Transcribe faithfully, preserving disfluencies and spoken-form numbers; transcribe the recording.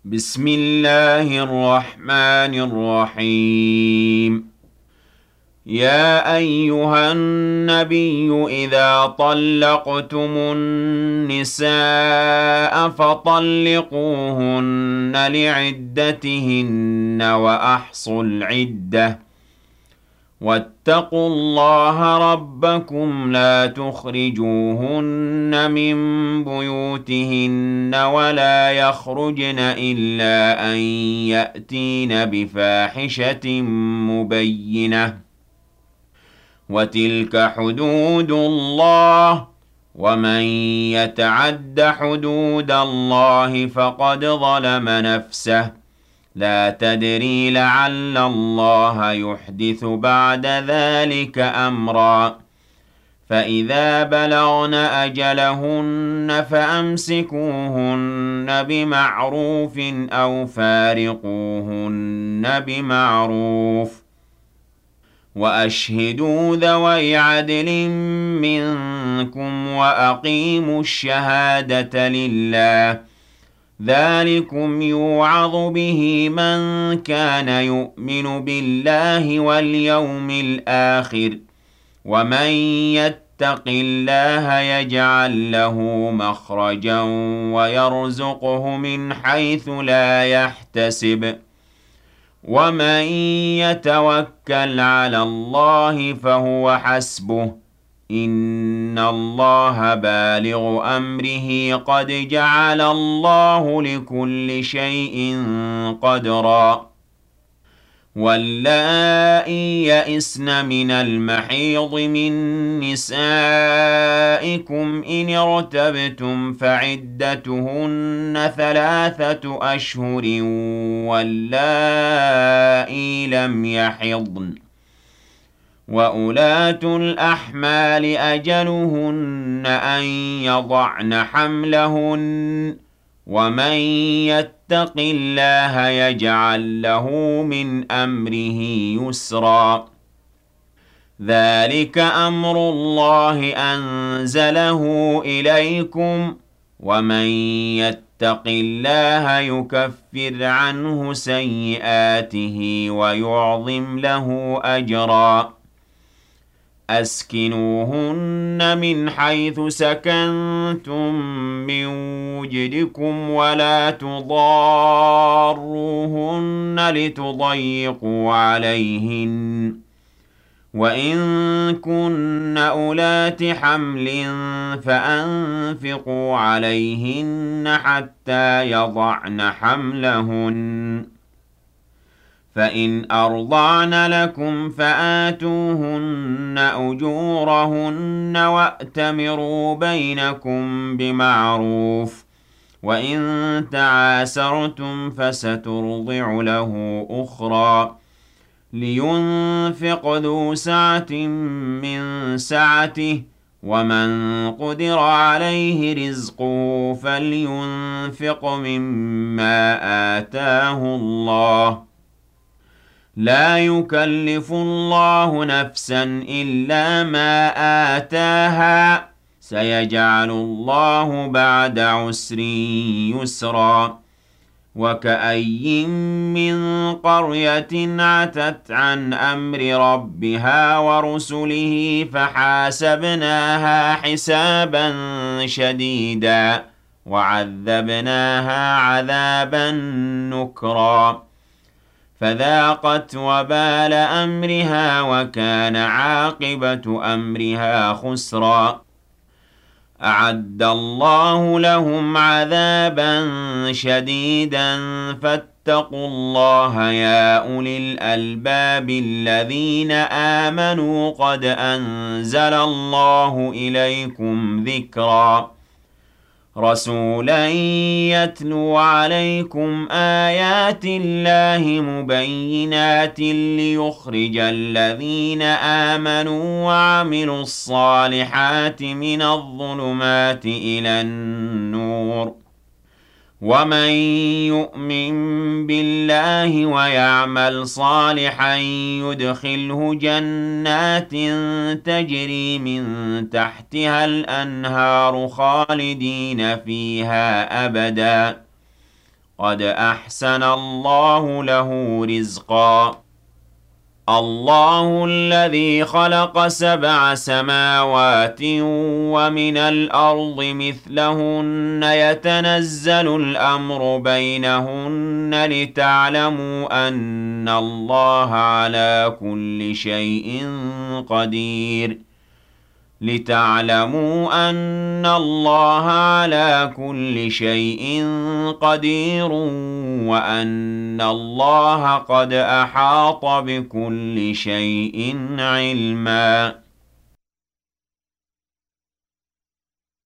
بسم الله الرحمن الرحيم. يا أيها النبي إذا طلقتم النساء فطلقوهن لعدتهن وأحصوا العدة واتقوا الله ربكم لا تخرجوهن من بيوتهن ولا يخرجن إلا أن يأتين بفاحشة مبينة وتلك حدود الله ومن يتعد حدود الله فقد ظلم نفسه لا تدري لعل الله يحدث بعد ذلك أمرا فإذا بلغن أجلهن فأمسكوهن بمعروف أو فارقوهن بمعروف وأشهدوا ذوي عدل منكم وأقيموا الشهادة لله ذلكم يوعظ به من كان يؤمن بالله واليوم الآخر ومن يتق الله يجعل له مخرجا ويرزقه من حيث لا يحتسب ومن يتوكل على الله فهو حسبه إن الله بالغ أمره قد جعل الله لكل شيء قدرا واللائي يئسن من المحيض من نسائكم إن ارتبتم فعدتهن ثلاثة أشهر واللائي لم يحضن وأولاة الأحمال أجلهن أن يضعن حملهن ومن يتق الله يجعل له من أمره يسرا ذلك أمر الله أنزله إليكم ومن يتق الله يكفر عنه سيئاته ويعظم له أجرا أسكنوهن من حيث سكنتم من وجدكم ولا تضاروهن لتضيقوا عليهن وإن كن أولات حمل فأنفقوا عليهن حتى يضعن حملهن فإن أرضعن لكم فآتوهن أجورهن وأتمروا بينكم بمعروف وإن تعاسرتم فسترضع له أخرى لينفق ذو سعة من سعته ومن قدر عليه رزقه فلينفق مما آتاه الله لا يكلف الله نفسا إلا ما آتاها سيجعل الله بعد عسر يسرا وكأي من قرية عتت عن أمر ربها ورسله فحاسبناها حسابا شديدا وعذبناها عذابا نكرا فذاقت وبال أمرها وكان عاقبة أمرها خسرا أعد الله لهم عذابا شديدا فاتقوا الله يا أولي الألباب الذين آمنوا قد أنزل الله إليكم ذكرا رسولا يتلو عليكم آيات الله مبينات ليخرج الذين آمنوا وعملوا الصالحات من الظلمات إلى النور ومن يؤمن بالله ويعمل صالحا يدخله جنات تجري من تحتها الأنهار خالدين فيها أبدا قد أحسن الله له رزقا الله الذي خلق سبع سماوات ومن الأرض مثلهن يتنزل الأمر بينهن لتعلموا أن الله على كل شيء قدير لتعلموا أن الله على كل شيء قدير وأن الله قد أحاط بكل شيء علما